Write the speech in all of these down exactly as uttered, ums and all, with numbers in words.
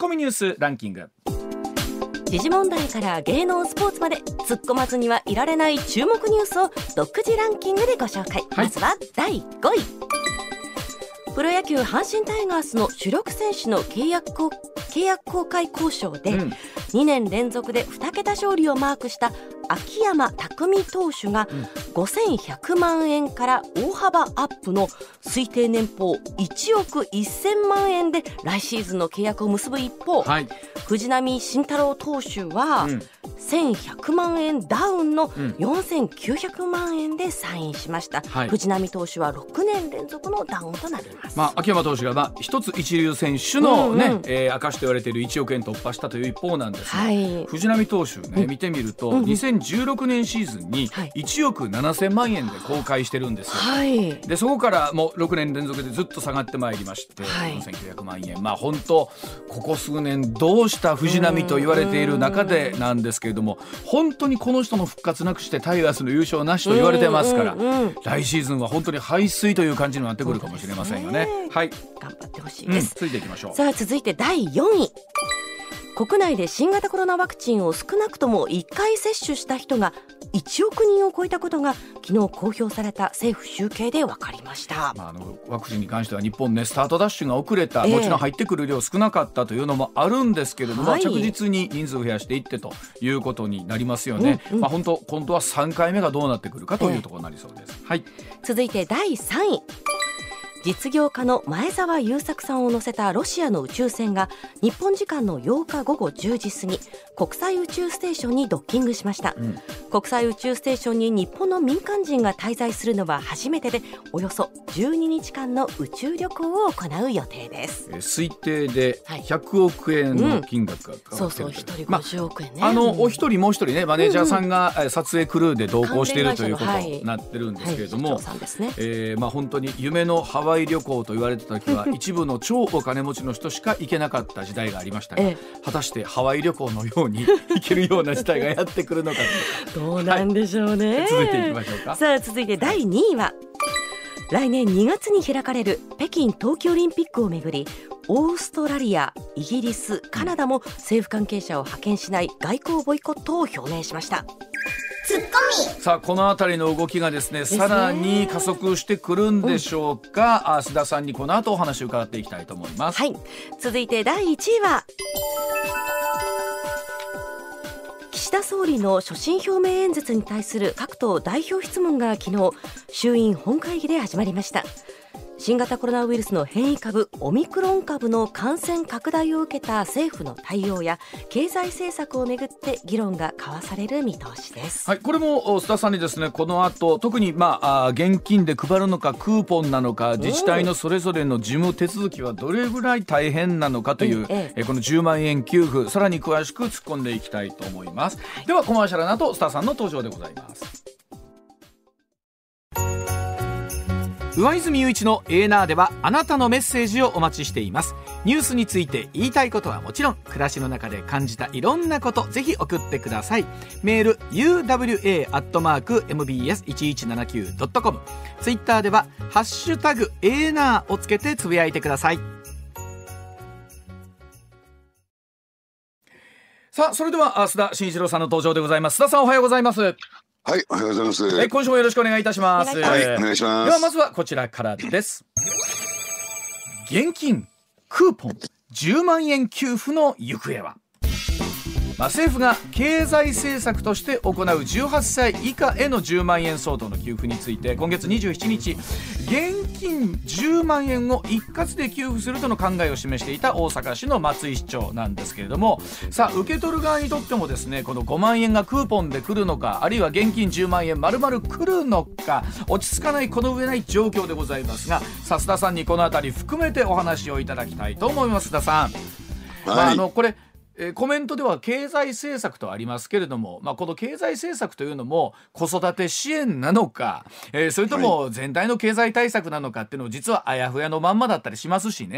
コミニュースランキング。 時事問題から芸能スポーツまで突っ込まずにはいられない注目ニュースを独自ランキングでご紹介、はい、まずはだいごい。プロ野球阪神タイガースの主力選手の契約こ契約更改交渉で、うん、にねん連続でに桁勝利をマークした秋山拓投手がごせんひゃくまんえんから大幅アップの推定年俸いちおくせんまんえんで来シーズンの契約を結ぶ一方、はい、藤浪晋太郎投手はせんひゃくまんえんダウンのよんせんきゅうひゃくまんえんでサインしました、はい、藤浪投手はろくねん連続のダウンとなります、 まあ、秋山投手がまあ一つ一流選手の、ねうんうんえー、証と言われているいちおくえん突破したという一方なんですが、はい、藤浪投手、ね、見てみると、うん、にせんじゅうろくねんシーズンにいちおくななせんまんえんで公開してるんですよ、はい、でそこからもうろくねん連続でずっと下がってまいりまして、はい、よんせんきゅうひゃくまんえん、まあ本当ここ数年どうした藤浪と言われている中でなんですけれども、本当にこの人の復活なくしてタイガースの優勝なしと言われてますから、来シーズンは本当に排水という感じになってくるかもしれませんよね。はい、 頑張ってほしいです、 うん、続いていきましょう。 さあ続いてだいよんい。国内で新型コロナワクチンを少なくともいっかい接種した人がいちおくにんを超えたことが昨日公表された政府集計で分かりました、 まあ、あのワクチンに関しては日本ねスタートダッシュが遅れた、えー、もちろん入ってくる量少なかったというのもあるんですけれども、はい、着実に人数を増やしていってということになりますよね、うんうんまあ、本当今度はさんかいめがどうなってくるかというところになりそうです、えーはい、 続いてだいさんい。実業家の前澤友作さんを乗せたロシアの宇宙船が日本時間のようかごごじゅうじ過ぎ国際宇宙ステーションにドッキングしました、うん、国際宇宙ステーションに日本の民間人が滞在するのは初めてでおよそじゅうににちかんの宇宙旅行を行う予定です。 え推定でひゃくおくえんの金額がかかってる、うん、 そうそうひとりごじゅうおくえんね、 まあ、あのお一人もう一人ねマネージャーさんが撮影クルーで同行しているということになってるんですけれども、本当に夢のハワイ旅行と言われてた時は一部の超お金持ちの人しか行けなかった時代がありましたが、ええ、果たしてハワイ旅行のように行けるような時代がやってくるのかどうなんでしょうね、 はい、続いていきましょうか。 さあ続いてだいにいは来年にがつに開かれる北京冬季オリンピックをめぐりオーストラリア、イギリス、カナダも政府関係者を派遣しない外交ボイコットを表明しました。 ツッコミ。 さあこのあたりの動きがですね、ですねさらに加速してくるんでしょうか、うん、須田さんにこの後お話を伺っていきたいと思います、 はい、続いてだいいちいは岸田総理の所信表明演説に対する各党代表質問が昨日衆院本会議で始まりました。新型コロナウイルスの変異株オミクロン株の感染拡大を受けた政府の対応や経済政策をめぐって議論が交わされる見通しです、 はい、これも須田さんにですねこの後特に、まあ、現金で配るのかクーポンなのか自治体のそれぞれの事務手続きはどれぐらい大変なのかという、えええこのじゅうまんえん給付さらに詳しく突っ込んでいきたいと思います、はい、ではコマーシャルの後須田さんの登場でございます。上泉雄一のエーナーではあなたのメッセージをお待ちしています。ニュースについて言いたいことはもちろん暮らしの中で感じたいろんなことぜひ送ってください。メール ユーダブリューエー アットマーク エムビーエスいちいちななきゅう ドットコム ツイッターではハッシュタグエーナーをつけてつぶやいてください。さあそれでは須田慎一郎さんの登場でございます。須田さんおはようございます。 はい、おはようございます。 はい、今週もよろしくお願いいたします。 はい、お願いします。 ではまずはこちらからです。現金クーポンじゅうまんえん給付の行方は。まあ、政府が経済政策として行うじゅうはっさい以下へのじゅうまんえん相当の給付について今月にじゅうしちにち現金じゅうまんえんを一括で給付するとの考えを示していた大阪市の松井市長なんですけれども、さあ受け取る側にとってもですねこのごまんえんがクーポンで来るのかあるいは現金じゅうまんえん丸々来るのか落ち着かないこの上ない状況でございますが、さあ須田さんにこのあたり含めてお話をいただきたいと思います。須田さん、はい、まあ、あのこれえー、コメントでは経済政策とありますけれども、まあ、この経済政策というのも子育て支援なのか、えー、それとも全体の経済対策なのかっていうのを実はあやふやのまんまだったりしますしね。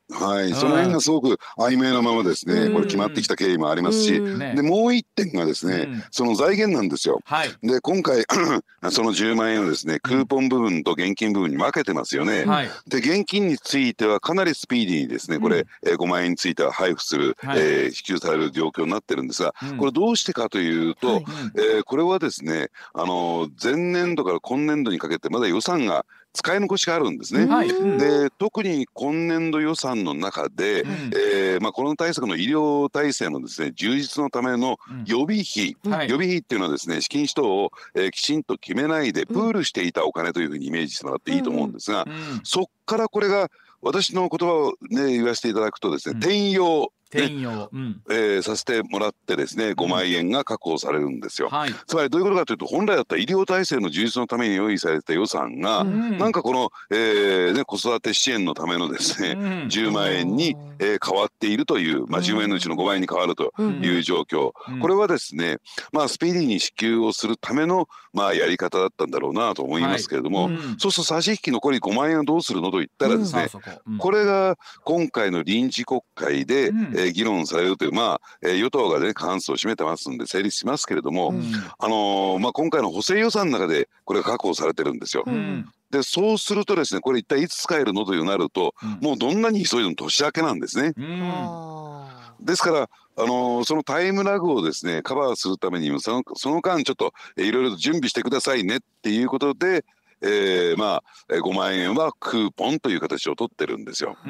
はい、その辺がすごく曖昧なままですね、これ決まってきた経緯もありますし、でもう一点がですね、その財源なんですよ。 はい、で今回そのじゅうまんえんをですね、クーポン部分と現金部分に分けてますよね。はい、で現金についてはかなりスピーディーにですね、これ、うん、ごまんえんについては配布する、はい、えー、支給される状況になってるんですが、うん、これどうしてかというと、はい、えー、これはですね、あの前年度から今年度にかけてまだ予算が使い残しがあるんですね。はい、で特に今年度予算の中で、うん、えーまあ、コロナ対策の医療体制のですね充実のための予備費、うん、予備費っていうのはですね資金使途を、えー、きちんと決めないでプールしていたお金というふうにイメージしてもらっていいと思うんですが、うんうん、そっからこれが私の言葉を、ね、言わせていただくとですね、うん、転用転用、うん、 えー、させてもらってですねごまんえんが確保されるんですよ。はい、つまりどういうことかというと、本来だったら医療体制の充実のために用意された予算が、うん、なんかこの、えーね、子育て支援のためのですね、うん、じゅうまんえんに、えー、変わっているという、まあ、じゅうまんえんのうちのごまんえんに変わるという状況、うん、これはですね、まあ、スピーディーに支給をするための、まあ、やり方だったんだろうなと思いますけれども、はい、うん、そうすると差し引き残りごまんえんをどうするのといったらですね、うん、これが今回の臨時国会で、うん、えー、議論されるという、まあえー、与党がね過半数を占めてますんで成立しますけれども、うん、あのーまあ、今回の補正予算の中でこれが確保されてるんですよ。うん、でそうするとですね、これ一体いつ使えるのというなると、うん、もうどんなに急いでも年明けなんですね。うん、ですからあのー、そのタイムラグをですねカバーするためにもその、その間ちょっといろいろと準備してくださいねっていうことで、えー、まあごまんえんはクーポンという形を取ってるんですよ。うん、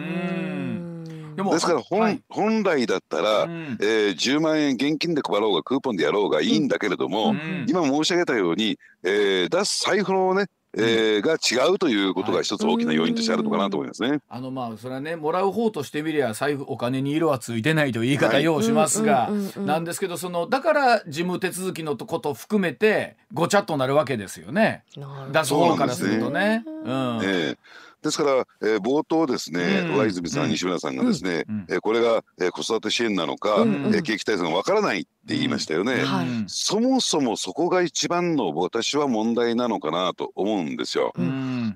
ですから 本,、はい、本来だったら、うん、えー、じゅうまんえん現金で配ろうがクーポンでやろうがいいんだけれども、うん、今申し上げたように、えー、出す財布のねえー、が違うということが一つ大きな要因としてあるのかなと思いますね。 あのまあそれはね、もらう方としてみりゃ財布お金に色はついてないという言い方ようしますが、なんですけど、そのだから事務手続きのことを含めてごちゃっとなるわけですよね、出す方からするとね。 ですから、えー、冒頭ですね、うん、上泉さん、うん、西村さんがですね、うん、えー、これが、えー、子育て支援なのか、うんうん、えー、景気対策がわからないって言いましたよね、うんはい、そもそもそこが一番の私は問題なのかなと思うんですよ。うん、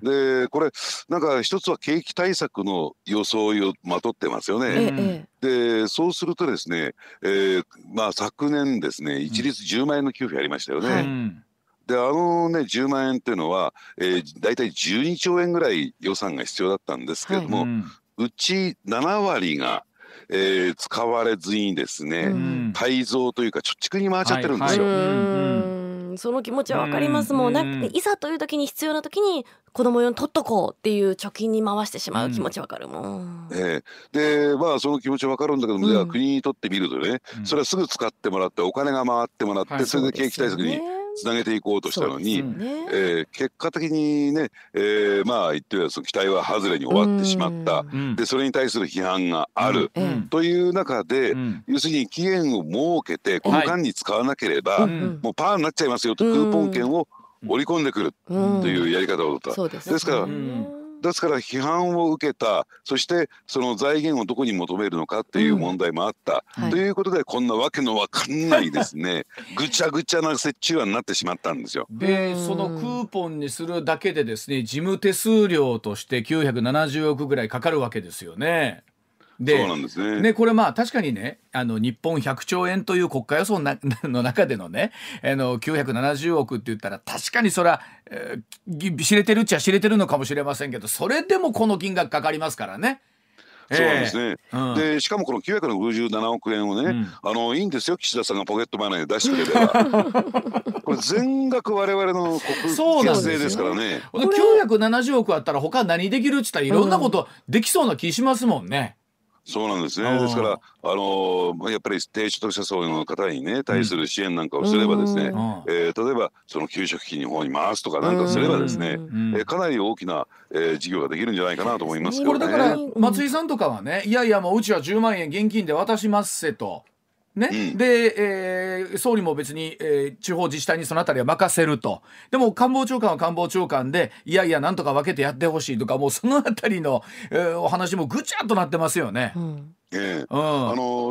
でこれなんか一つは景気対策の装いをまとってますよね。うん、でそうするとですね、えーまあ、昨年ですね一律じゅうまんえんの給付やりましたよね。はい、であのねじゅうまんえんっていうのは、えー、だいたいじゅうにちょうえんぐらい予算が必要だったんですけれども、はい、うちななわりが、えー、使われずにですね、うん、滞蔵というか貯蓄に回っちゃってるんですよ。はいはい、 うん、その気持ちは分かります。もうなんかいざという時に必要な時に子供用に取っとこうっていう貯金に回してしまう気持ち分かるもん。 うんえー、でまあその気持ち分かるんだけども、うん、じゃあ国にとってみるとね、うん、それはすぐ使ってもらってお金が回ってもらって、はい、それで景気対策につなげていこうとしたのに、ねえー、結果的にね、えー、まあ言ってみればその期待は外れに終わってしまった。でそれに対する批判がある、うん、という中で、うん、要するに期限を設けてこの間に使わなければ、はい、もうパーになっちゃいますよと、クーポン券を織り込んでくるというやり方を取った。うん、ですから、うんですから批判を受けた、そしてその財源をどこに求めるのかっていう問題もあった、うんはい、ということでこんなわけのわかんないですねぐちゃぐちゃな折衷案になってしまったんですよ。 でそのクーポンにするだけでですね事務手数料としてきゅうひゃくななじゅうおくぐらいかかるわけですよね。でそうなんですね。 ねこれまあ確かにね、あの日本ひゃくちょうえんという国家予想なの中でのね、あのきゅうひゃくななじゅうおくって言ったら確かにそれは、えー、知れてるっちゃ知れてるのかもしれませんけど、それでもこの金額かかりますからね。 そうなんですね。えーうん、でしかもこのきゅうひゃくろくじゅうななおくえんをね、うん、あのいいんですよ、岸田さんがポケットマネーで出してくれればこれ全額我々の国決税ですからね。 きゅうひゃくななじゅうおくあったら他何できるっつったらいろんなことできそうな気しますもんね。 そうなんですね。ですから、あのー、やっぱり低所得者層の方にね対する支援なんかをすればですね、うんえー、例えばその給食費の方に回すとかなんかすればですね、うんえー、かなり大きな、えー、事業ができるんじゃないかなと思いますけどね。 これだから松井さんとかはね、いやいやもううちはじゅうまんえん現金で渡しますせと。ねうん、で、えー、総理も別に、えー、地方自治体にそのあたりは任せると。でも官房長官は官房長官でいやいやなんとか分けてやってほしいとか、もうそのあたりの、えー、お話もぐちゃっとなってますよね。うんえーうん、あの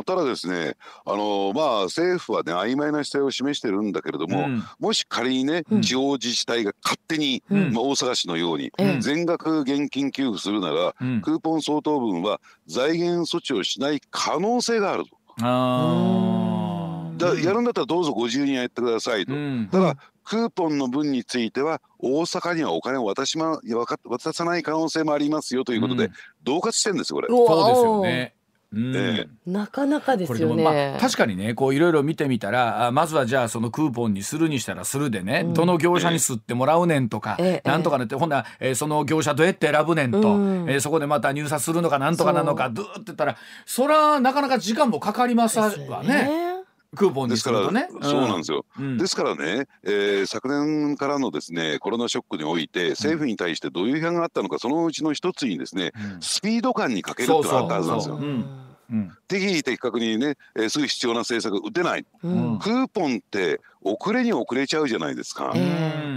ただですね、あのまあ政府はね曖昧な姿勢を示してるんだけれども、うん、もし仮にね、うん、地方自治体が勝手に、うん、まあ、大阪市のように、うん、全額現金給付するなら、うん、クーポン相当分は財源措置をしない可能性があると。あだやるんだったらどうぞご自由にやってくださいと。うん、ただクーポンの分については大阪にはお金を渡しま渡さない可能性もありますよということで、うん、恫喝してるんですよこれ。 そうですよね。 うんええ、なかなかですよね。 まあ、確かにねこういろいろ見てみたらまずはじゃあそのクーポンにするにしたらするでね、うん、どの業者に吸ってもらうねんとか、ええ、なんとかねってほんなら、えー、その業者どうやって選ぶねんと、うんえー、そこでまた入札するのかなんとかなのかドゥーって言ったらそらなかなか時間もかかりますわね。クーポンにするとね。 ですから、そうなんですよ。うん、ですからね、えー、昨年からのですねコロナショックにおいて政府に対してどういう批判があったのか、そのうちの一つにですね、うん、スピード感に欠けるってのがあったはずなんですよ。うん、適宜的確にね、えー、すぐ必要な政策打てない、うん、クーポンって遅れに遅れちゃうじゃないですか、うん、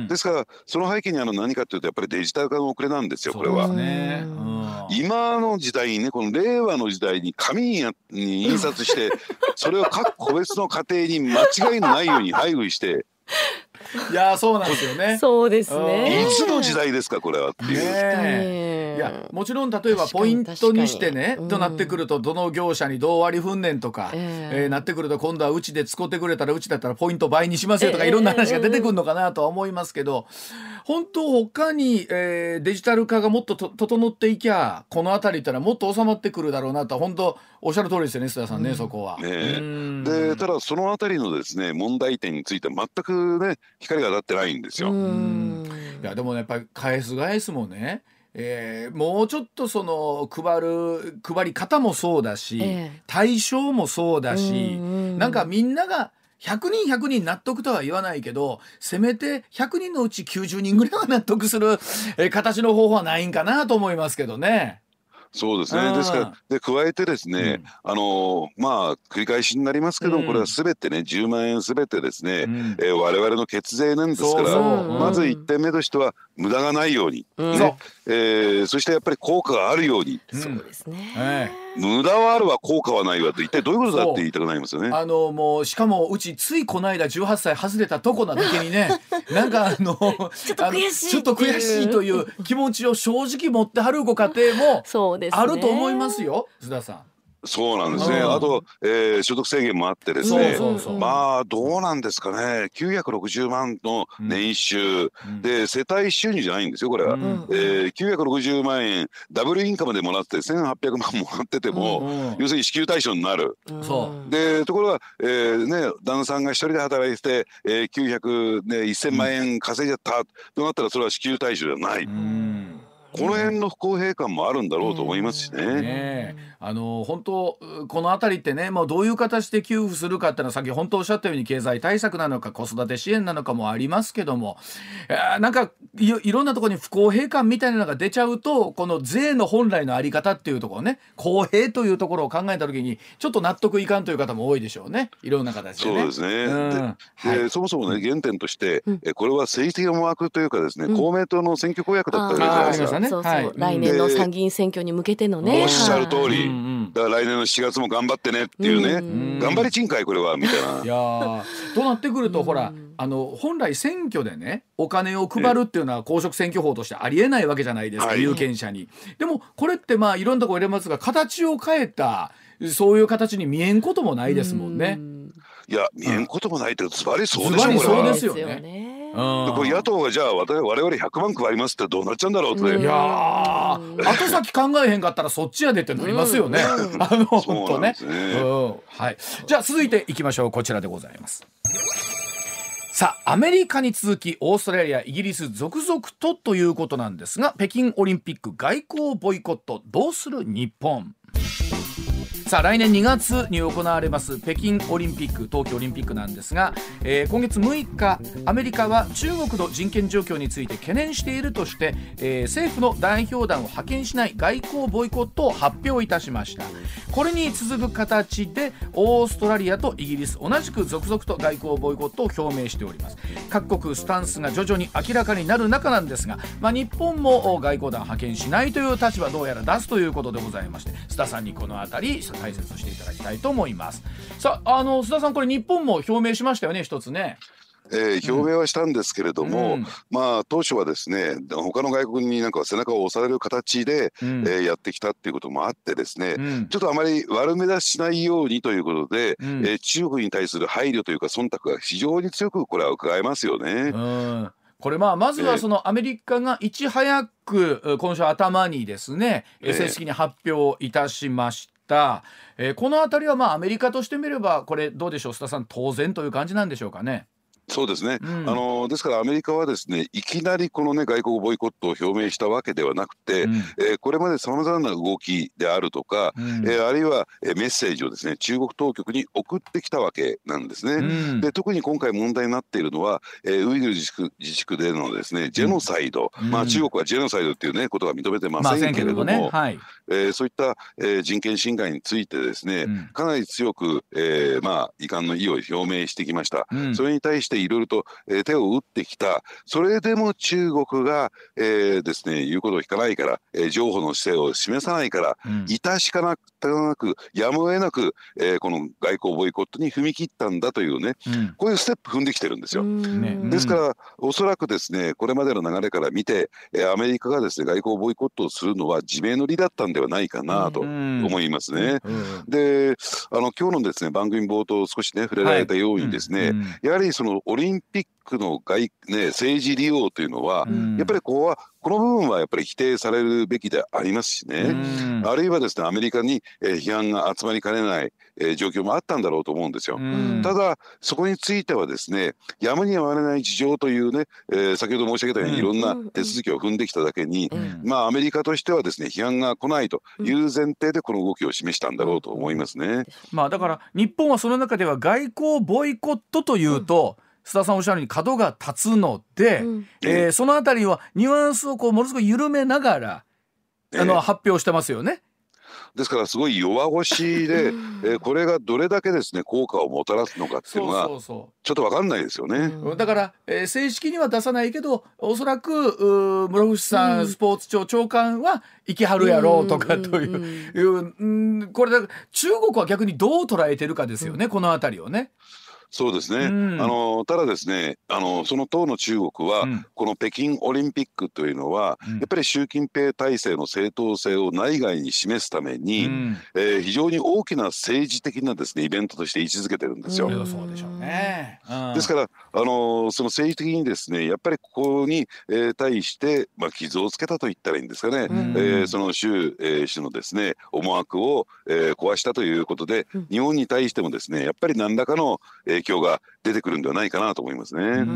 ですからその背景にあるのは何かというとやっぱりデジタル化の遅れなんですよこれは。ね、うん、今の時代にねこの令和の時代に紙に印刷してそれを各個別の家庭に間違いのないように配布していやそうなんですよね。 そうですね。 いつの時代ですかこれはっていう。 ね、いやもちろん例えばポイントにしてね、うん、となってくるとどの業者にどう割りふんねんとか、えーえー、なってくると今度はうちで使ってくれたらうちだったらポイント倍にしますよとか、えー、いろんな話が出てくるのかなとは思いますけど、本当他に、えー、デジタル化がもっとと整っていきゃこの辺りってのはもっと収まってくるだろうなと本当おっしゃる通りですよね須田さんね、うん、そこは。 ね、でただその辺りのですね問題点については全くね光が当たってないんですよ。 うんいやでも、ね、やっぱり返す返すもね、えー、もうちょっとその配る配り方もそうだし、えー、対象もそうだし、なんかみんながひゃくにんひゃくにん納得とは言わないけどせめてひゃくにんのうちきゅうじゅうにんぐらいは納得する、えー、形の方法はないんかなと思いますけどね。 そうですね。ですからで加えてですね、うん、あのまあ繰り返しになりますけど、うん、これはすべてねじゅうまんえんすべてですね、うん、えー、我々の血税なんですから、そうそう、まずいってんめとしては無駄がないように、うんねえー、そしてやっぱり効果があるように、 うん、そうですね、 はい、 無駄はあるわ効果はないわと一体どういうことだって言いたくなりますよね。 あのもうしかもうちついこの間じゅうはっさい外れたとこなだけにねなんかあのちょっと悔しいちょっと悔しいという気持ちを正直持ってはるご家庭もあると思いますよ須田さん。 そうなんですね、うん、あと、えー、所得制限もあってですね、そうそうそう、まあどうなんですかねきゅうひゃくろくじゅうまんの年収、うん、で世帯収入じゃないんですよこれは、うん、えー、きゅうひゃくろくじゅうまんえんダブルインカムでもらってせんはっぴゃくまんもらってても、うん、要するに支給対象になる、うん、でところが、えーね、旦那さんが一人で働いて、えー、きゅうひゃく、ね、せんまんえん稼いじゃったとなったらそれは支給対象じゃない、うん、この辺の不公平感もあるんだろうと思いますしね。 うんね、あの本当この辺りってねもうどういう形で給付するかっていうのはさっき本当おっしゃったように経済対策なのか子育て支援なのかもありますけども、なんか い, いろんなところに不公平感みたいなのが出ちゃうとこの税の本来のあり方っていうところね公平というところを考えた時にちょっと納得いかんという方も多いでしょうねいろんな形でね。 そうですね、うんではい、でそもそもね原点として、うん、これは政治的思惑というかですね、うん、公明党の選挙公約だったわけじゃないですか。 ねそうそう、はい、来年の参議院選挙に向けてのねおっしゃる通り、うんうん、だから来年のしちがつも頑張ってねっていうね、うん、頑張り賃貸これはみたいな。 いやとなってくるとほらあの本来選挙でねお金を配るっていうのは公職選挙法としてありえないわけじゃないですか、はい、有権者に。でもこれってまあいろんなところ入れますが形を変えたそういう形に見えんこともないですもんね。 んいや見えんこともないってズバリそうでしょ。 ズバリそうですよね。 うん、これ野党がじゃあ我々ひゃくまん配りますってどうなっちゃうんだろうって、 いやー後先考えへんかったらそっちやでってなりますよね。あの本当ね、うんはい、じゃあ続いていきましょう。こちらでございます。さあアメリカに続きオーストラリアイギリス続々とということなんですが北京オリンピック外交ボイコットどうする日本。さあ来年にがつに行われます北京オリンピック冬季オリンピックなんですが、えー、今月むいかアメリカは中国の人権状況について懸念しているとして、えー、政府の代表団を派遣しない外交ボイコットを発表いたしました。これに続く形でオーストラリアとイギリス同じく続々と外交ボイコットを表明しております。 各国スタンスが徐々に明らかになる中なんですが、まあ、日本も外交団派遣しないという立場どうやら出すということでございまして、須田さんにこのあたり解説していただきたいと思います。さあ、あの須田さん、これ日本も表明しましたよね、一つね。 えー、表明はしたんですけれども、うん、まあ当初はですね、他の外国になんか背中を押される形で、うん、えー、やってきたっていうこともあってですね、うん、ちょっとあまり悪目立ちしないようにということで、うん、えー、中国に対する配慮というか忖度が非常に強くこれは伺えますよね。 うん、これまあまずはそのアメリカがいち早く今週頭にですね、えー、正式に発表いたしました。えー、このあたりはまあアメリカとしてみればこれどうでしょう、須田さん、当然という感じなんでしょうかね。 そうですね、うん、あのですからアメリカはですね、いきなりこの、ね、外交ボイコットを表明したわけではなくて、うん、えー、これまでさまざまな動きであるとか、うん、えー、あるいはメッセージをですね中国当局に送ってきたわけなんですね。うん、で特に今回問題になっているのは、えー、ウイグル自治区、自治区でのですねジェノサイド、うん、まあ、中国はジェノサイドっていう、ね、ことは認めてませんけれども、ね、はい、えー、そういった、えー、人権侵害についてですね、うん、かなり強く、えーまあ、遺憾の意を表明してきました。うん、それに対していろいろと、えー手を打ってきた。それでも中国が、えー、ですね言うことを聞かないから、えー、譲歩の姿勢を示さないから、うん、致し方なくやむを得なく、えー、この外交ボイコットに踏み切ったんだというね、うん、こういうステップ踏んできてるんですよ。ね、ですからおそらくですねこれまでの流れから見て、えー、アメリカがですね外交ボイコットをするのは自明の理だったんではないかなと思いますね。うん、であの今日のですね番組冒頭少しね触れられたようにですね、はい、うん、やはりそのオリンピックの外、ね、政治利用というのは、うん、やっぱりここはこの部分はやっぱり否定されるべきでありますしね、うん、あるいはですねアメリカに、えー、批判が集まりかねない、えー、状況もあったんだろうと思うんですよ。うん、ただそこについてはですねやむにやまれない事情というね、えー、先ほど申し上げたようにいろんな手続きを踏んできただけに、うん、まあアメリカとしてはですね批判が来ないという前提でこの動きを示したんだろうと思いますね。うん、 まあだから日本はその中では外交ボイコットというと、うん、須田さんおっしゃるように角が立つので、うん、えー、そのあたりはニュアンスをこうものすごく緩めながら、えー、あの発表してますよね。 ですからすごい弱腰で、えー、これがどれだけですね効果をもたらすのかっていうのがちょっと分かんないですよね。 うん、だから、えー、正式には出さないけどおそらく室伏さん、うん、スポーツ庁長官は行きはるやろうとかという、うんうんうん、これだから中国は逆にどう捉えてるかですよね、うん、このあたりをね。 そうですね、うん、あのただですねあのその当の中国は、うん、この北京オリンピックというのは、うん、やっぱり習近平体制の正当性を内外に示すために、うん、えー、非常に大きな政治的なですねイベントとして位置づけてるんですよ。 うん、そうでしょうね。 うん、ですからあのその政治的にですねやっぱりここに、えー、対して、まあ、傷をつけたと言ったらいいんですかね、うん、えー、その習、えー、氏のですね思惑を、えー、壊したということで、うん、日本に対してもですねやっぱり何らかの影響が出てくるんではないかなと思いますね。うん、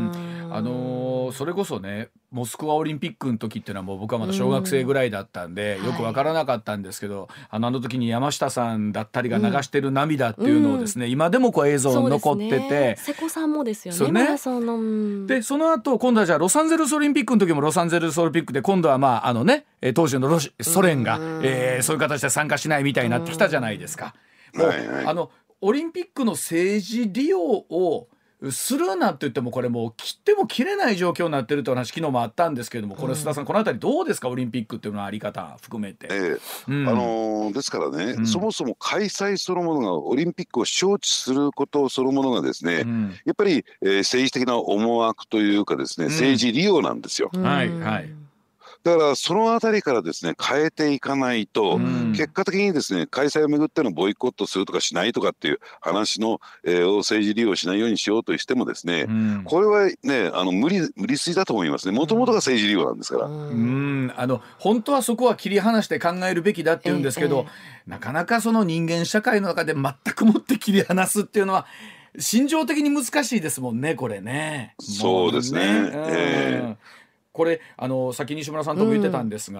あのー、それこそねモスクワオリンピックの時っていうのはもう僕はまだ小学生ぐらいだったんで、うん、よく分からなかったんですけど、はい、あのあの時に山下さんだったりが流してる涙っていうのをですね、うん、今でもこう映像残ってて、ね、 瀬古さんもですよ ね, ねマラソンの、うん、 でその後今度はじゃあロサンゼルスオリンピックの時もロサンゼルスオリンピックで今度はまああのね当時のロシソ連が、うん、えー、そういう形で参加しないみたいになってきたじゃないですか。うん、もう、はいはい、あのオリンピックの政治利用をするなんて言ってもこれもう切っても切れない状況になってるという話昨日もあったんですけれども、これ須田さん、うん、このあたりどうですかオリンピックっていうのはあり方含めて。 ええ、うん、あのー、ですからね、うん、そもそも開催そのものがオリンピックを招致することそのものがですね、うん、やっぱり、えー、政治的な思惑というかですね、うん、政治利用なんですよ。 はいはい。 だからそのあたりからですね変えていかないと、うん、結果的にですね開催をめぐってのボイコットするとかしないとかっていう話の、えー、を政治利用しないようにしようとしてもですね、うん、これはねあの無理無理筋だと思いますね。もともとが政治利用なんですから、うん、 うんあの本当はそこは切り離して考えるべきだって言うんですけど、えええ、なかなかその人間社会の中で全くもって切り離すっていうのは心情的に難しいですもんねこれね。 そうですね。 これあの先西村さんとも言ってたんですが、うん、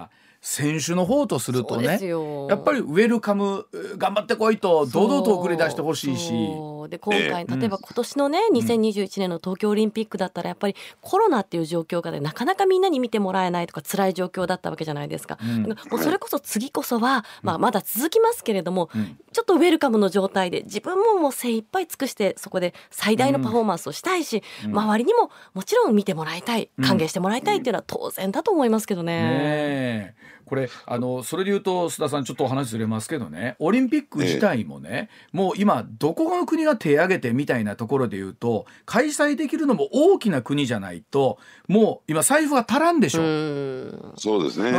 選手の方とするとね、やっぱりウェルカム頑張ってこいと堂々と送り出してほしいし、 で今回、例えば今年のね、うん、にせんにじゅういちねんの東京オリンピックだったらやっぱりコロナっていう状況が、ね、なかなかみんなに見てもらえないとか辛い状況だったわけじゃないですか、うん、もうそれこそ次こそは、まあ、まだ続きますけれども、うん、ちょっとウェルカムの状態で自分ももう精一杯尽くしてそこで最大のパフォーマンスをしたいし、うん、周りにももちろん見てもらいたい、歓迎してもらいたいっていうのは当然だと思いますけどね。 ねえ、これあのそれで言うと須田さんちょっとお話ずれますけどね、オリンピック自体もね、もう今どこの国が手挙げてみたいなところで言うと開催できるのも大きな国じゃないともう今財布が足らんでしょ。 うそうですね、 うん、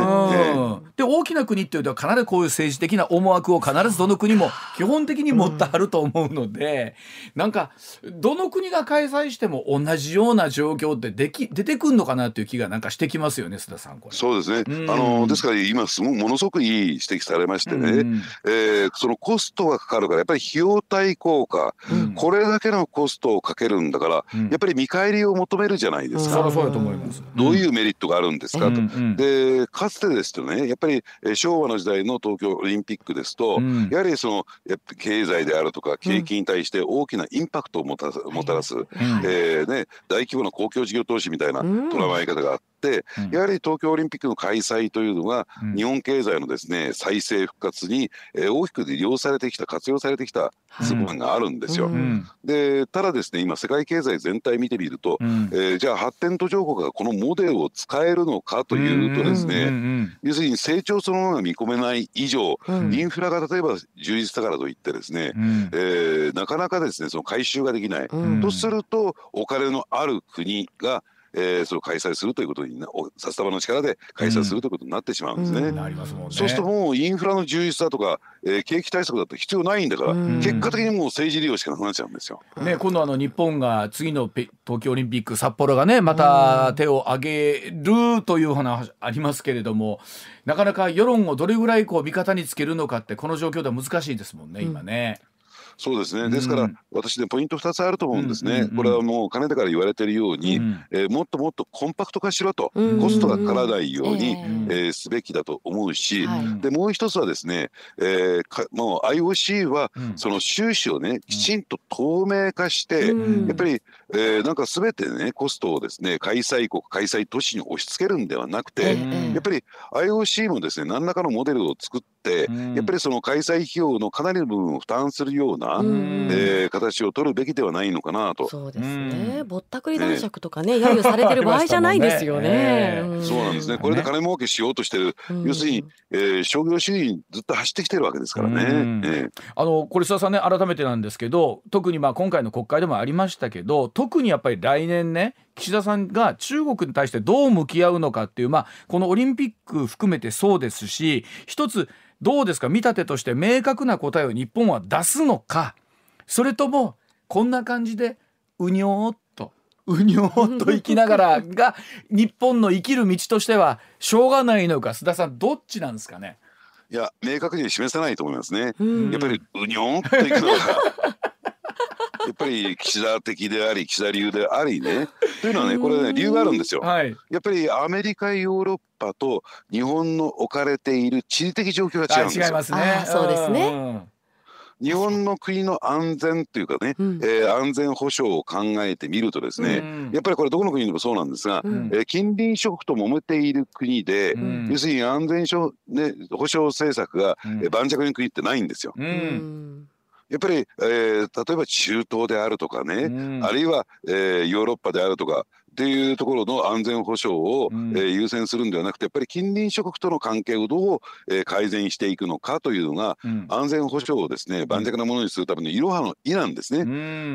で大きな国っていうと必ずこういう政治的な思惑を必ずどの国も基本的に持ってあると思うので、うん、なんかどの国が開催しても同じような状況ってでき出てくるのかなっていう気がなんかしてきますよね、須田さん。これそうですね、うん、あのですから今すごくものすごくいい指摘されましてね、うん、えー、そのコストがかかるからやっぱり費用対効果、うん、これだけのコストをかけるんだから、うん、やっぱり見返りを求めるじゃないですか、 うん、そうだと思います。 どういうメリットがあるんですか、うん、と、うん、でかつてですとね、やっぱり昭和の時代の東京オリンピックですと、うん、やはりそのやっぱ経済であるとか景気に対して大きなインパクトをもたらす、もたらす、うん、えーね、大規模な公共事業投資みたいな捉え方があって、うん、やはり東京オリンピックの開催というのは、うん、日本経済のですね再生復活に、えー、大きく利用されてきた、活用されてきた部分があるんですよ、うん、でただですね、今世界経済全体見てみると、うん、えー、じゃあ発展途上国がこのモデルを使えるのかというとですね、うんうんうん、要するに成長そのものが見込めない以上、うん、インフラが例えば充実だからといってですね、うん、えー、なかなかですねその回収ができない、うん、とするとお金のある国がえー、それを開催するということにな、札束の力で開催するということになってしまうんですね、うん、なりますもんね。そうするともうインフラの充実だとか、えー、景気対策だと必要ないんだから、うん、結果的にもう政治利用しかなくなっちゃうんですよ、 ね、今度あの日本が次の東京オリンピック札幌がねまた手を挙げるという話ありますけれども、なかなか世論をどれぐらいこう味方につけるのかってこの状況では難しいですもんね、今ね、うん、 そうですね。ですから、うん、私ねポイントふたつあると思うんですね、うんうんうん、これはもうかねてから言われているように、うん、えー、もっともっとコンパクト化しろと、うん、コストがかからないように、えーえー、すべきだと思うし、はい、でもう一つはですね、えー、かもう アイオーシー はその収支をねきちんと透明化して、うん、やっぱり、えー、なんかすべてねコストをですね開催国開催都市に押し付けるんではなくて、うん、やっぱり アイオーシー もですね何らかのモデルを作って、うん、やっぱりその開催費用のかなりの部分を負担するような、うん、えー、形を取るべきではないのかなと。 そうですね、ぼったくり男爵とかね、揶揄されてる場合じゃないですよね。 えー、そうなんですね。これで金儲けしようとしてる、うん、要するに、えー、商業主義にずっと走ってきてるわけですからね、うん、えー、 あのこれ須田さんね、改めてなんですけど、特にまあ今回の国会でもありましたけど、特にやっぱり来年ね岸田さんが中国に対してどう向き合うのかっていう、まあ、このオリンピック含めてそうですし、一つどうですか、見立てとして明確な答えを日本は出すのか、それともこんな感じでうにょーっとうにょーっと生きながらが日本の生きる道としてはしょうがないのか、須田さんどっちなんですかね。 いや明確に示せないと思いますね、うん、やっぱりうにょーっといくのがやっぱり岸田的であり岸田流でありねというのはね、これね理由があるんですよ、はい、やっぱりアメリカヨーロッパと日本の置かれている地理的状況が違うんですよ。 違いますね。 あ、そうですね、うん、 日本の国の安全というかね、うん、えー、安全保障を考えてみるとですね、うん、やっぱりこれどこの国でもそうなんですが、うん、えー、近隣諸国と揉めている国で、うん、要するに安全保障政策が、うん、えー、盤石な国ってないんですよ、うん、やっぱり、えー、例えば中東であるとかね、うん、あるいは、えー、ヨーロッパであるとかっていうところの安全保障を、うん、えー、優先するんではなくて、やっぱり近隣諸国との関係をどう、えー、改善していくのかというのが、うん、安全保障をですね盤石なものにするためのいろはの「い」なんですね、うん、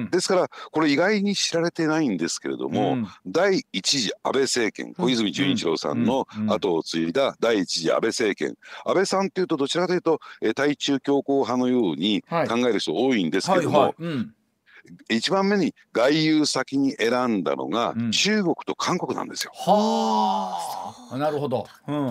ですからこれ意外に知られてないんですけれども、うん、第一次安倍政権、小泉純一郎さんの後を継いだ第一次安倍政権、安倍さんというとどちらかというと、えー、対中強硬派のように考える人多いんですけれども、はいはいはい、うん、一番目に外遊先に選んだのが中国と韓国なんですよ、 うん、はあ、なるほど、うん、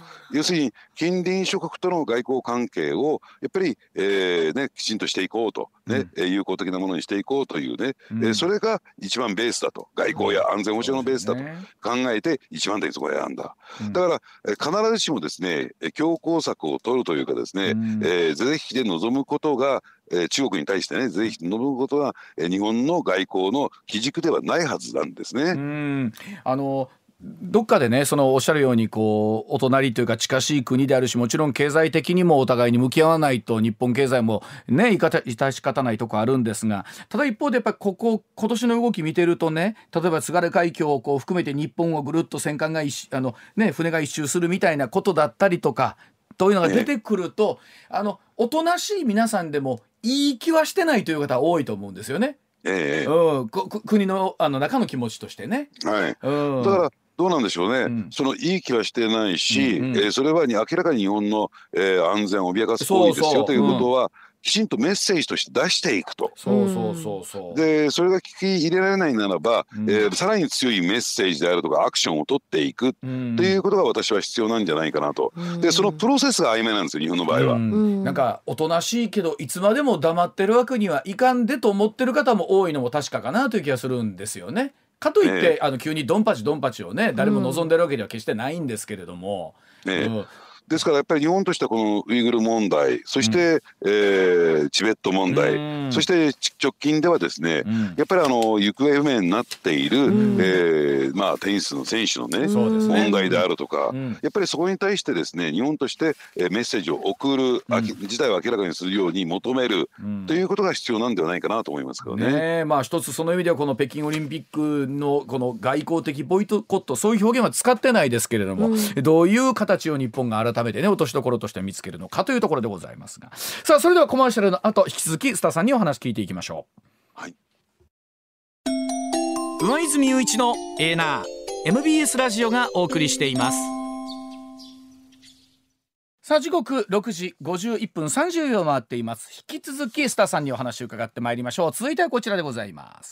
要するに近隣諸国との外交関係をやっぱり、えーね、きちんとしていこうと、ねうん、友好的なものにしていこうというね、うん、えー、それが一番ベースだと、外交や安全保障のベースだと考えて一番手にそこを選んだ、うん、だから、えー、必ずしもですね強硬策を取るというかですね、うん、えー、是非で臨むことがえー、中国に対してねぜひ臨むことが、えー、日本の外交の基軸ではないはずなんですね。 うんあのどっかでねそのおっしゃるようにこうお隣というか近しい国であるし、もちろん経済的にもお互いに向き合わないと日本経済もね致し方ないとこあるんですが、ただ一方でやっぱりここ今年の動き見てるとね、例えば津軽海峡をこう含めて日本をぐるっと戦艦が一あの、ね、船が一周するみたいなことだったりとかというのが出てくると、えー、あのおとなしい皆さんでもいい気はしてないという方は多いと思うんですよね。 えーうん、国 の, あの中の気持ちとしてね、 はいうん、だからどうなんでしょうね、うん、そのいい気はしてないし、うんうん、えー、それはに明らかに日本の、えー、安全を脅かす行為ですよということは、うん、きちんとメッセージとして出していくと。 そうそうそうそう。 でそれが聞き入れられないならば、うん、えー、さらに強いメッセージであるとかアクションを取っていくということが私は必要なんじゃないかなと。でそのプロセスが曖昧なんですよ日本の場合は。 うんなんかおとなしいけどいつまでも黙ってるわけにはいかんでと思ってる方も多いのも確かかなという気がするんですよね。かといって、えー、あの急にドンパチドンパチをね誰も望んでるわけでは決してないんですけれども、 うんえーうんですからやっぱり日本としてはこのウイグル問題、そして、うんえー、チベット問題、うん、そして直近ではですね、うん、やっぱりあの行方不明になっている、うんえーまあ、テニスの選手のね、うん、問題であるとか、うん、やっぱりそこに対してですね日本としてメッセージを送る、うん、事態を明らかにするように求める、うん、ということが必要なんではないかなと思いますけどね。 ねまあ、一つその意味ではこの北京オリンピックのこの外交的ボイコット、そういう表現は使ってないですけれども、うん、どういう形を日本が改めてね落としどころとして見つけるのかというところでございますが、さあそれではコマーシャルの後引き続き須田さんにお話聞いていきましょう。 はい、 上泉雄一のエーナー エムビーエス ラジオがお送りしています。さあ時刻ろくじごじゅういっぷんさんじゅうびょう回っています。引き続き須田さんにお話を伺ってまいりましょう。続いてはこちらでございます。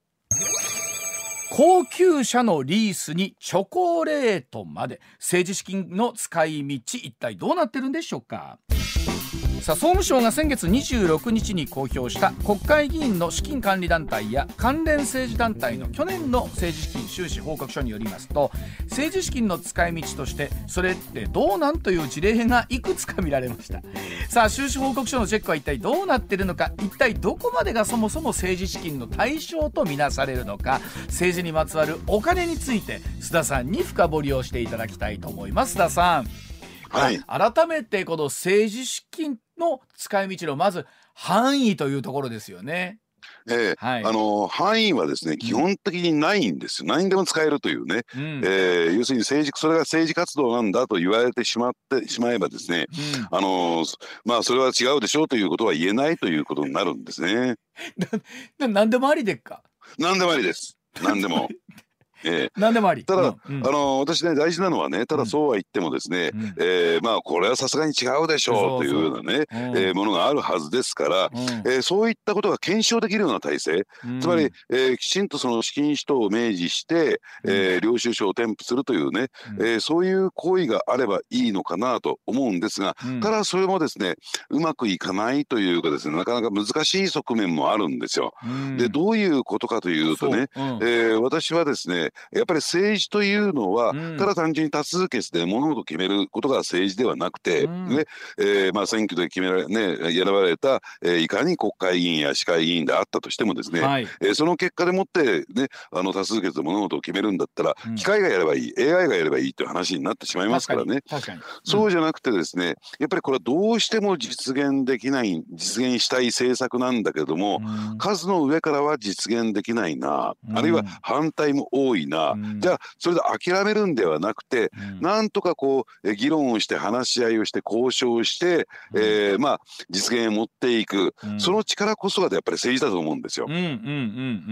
高級車のリースにチョコレートまで政治資金の使い道一体どうなってるんでしょうか。さあ総務省が先月にじゅうろくにちに公表した国会議員の資金管理団体や関連政治団体の去年の政治資金収支報告書によりますと、政治資金の使い道としてそれってどうなんという事例がいくつか見られました。さあ収支報告書のチェックは一体どうなっているのか、一体どこまでがそもそも政治資金の対象とみなされるのか、政治にまつわるお金について須田さんに深掘りをしていただきたいと思います。須田さん、 はい、 改めてこの政治資金の使い道のまず範囲というところですよね。 えーはい、あの範囲はですね基本的にないんですよ。何にでも使えるというね、うんえー、要するに政治それが政治活動なんだと言われてしまってしまえばですね、うん、あのまあそれは違うでしょうということは言えないということになるんですね。 な何でもありでっか。 何でもありです。何でもえー、 何でもあり。 ただ、うん、あの私ね大事なのはね、ただそうは言ってもですね、うんえー、まあこれはさすがに違うでしょうというようなね、そうそう、えー、ものがあるはずですから、うんえー、そういったことが検証できるような体制、うん、つまり、えー、きちんとその資金使途を明示して、えー、領収書を添付するというね、うんえー、そういう行為があればいいのかなと思うんですが、うん、ただそれもですねうまくいかないというかですねなかなか難しい側面もあるんですよ。うん、でどういうことかというとね、うんえー、私はですねやっぱり政治というのは、うん、ただ単純に多数決で物事を決めることが政治ではなくて、うんねえーまあ、選挙で決められ、ね、選ばれた、えー、いかに国会議員や市会議員であったとしてもですね、はいえー、その結果でもって、ね、あの多数決で物事を決めるんだったら、うん、機械がやればいい エーアイ がやればいいという話になってしまいますからね。 確かに確かに、うん、 そうじゃなくてですねやっぱりこれはどうしても実現できない実現したい政策なんだけども、うん、数の上からは実現できないな、うん、あるいは反対も多いな、うん、じゃあそれで諦めるんではなくて、うん、なんとかこう議論をして話し合いをして交渉して、うんえー、まあ実現を持っていく、うん、その力こそがやっぱり政治だと思うんですよ。うんうんうんうん